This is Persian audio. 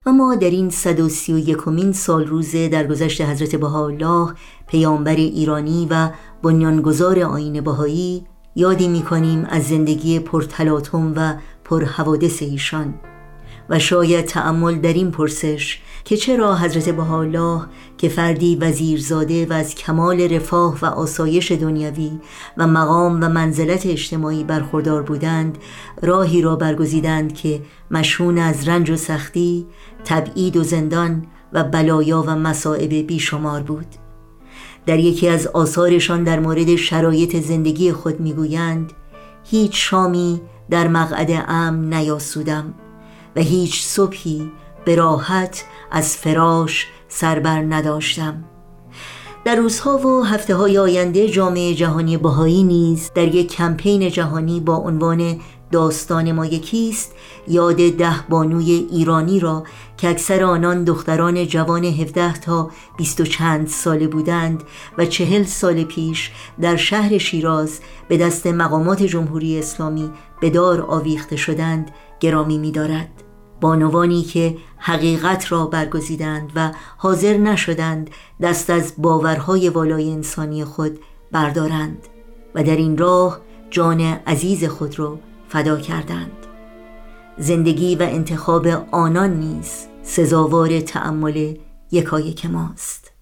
و ما در این 131مین سال روزه درگذشت حضرت بهاءالله پیامبر ایرانی و بنیانگذار آیین بهایی یادی می‌کنیم از زندگی پرتلاطم و پرحوادث ایشان و شاید تأمل در این پرسش که چرا حضرت بهاءالله که فردی وزیرزاده و از کمال رفاه و آسایش دنیوی و مقام و منزلت اجتماعی برخوردار بودند، راهی را برگزیدند که مشهون از رنج و سختی، تبعید و زندان و بلایا و مصائب بیشمار بود. در یکی از آثارشان در مورد شرایط زندگی خود میگویند: هیچ شامی در مقعد امن نیاسودم و هیچ صبحی به راحت از فراش سر بر نداشتم. در روزها و هفته‌های آینده جامعه جهانی بهایی نیز در یک کمپین جهانی با عنوان داستان ما یکیست یاد 10 بانوی ایرانی را که اکثر آنان دختران جوان 17 تا 20 و چند ساله بودند و 40 سال پیش در شهر شیراز به دست مقامات جمهوری اسلامی به دار آویخته شدند گرامی می‌دارد. بانوانی که حقیقت را برگزیدند و حاضر نشدند دست از باورهای والای انسانی خود بردارند و در این راه جان عزیز خود را فدا کردند. زندگی و انتخاب آنان نیز سزاوار تأمل یکایک ماست.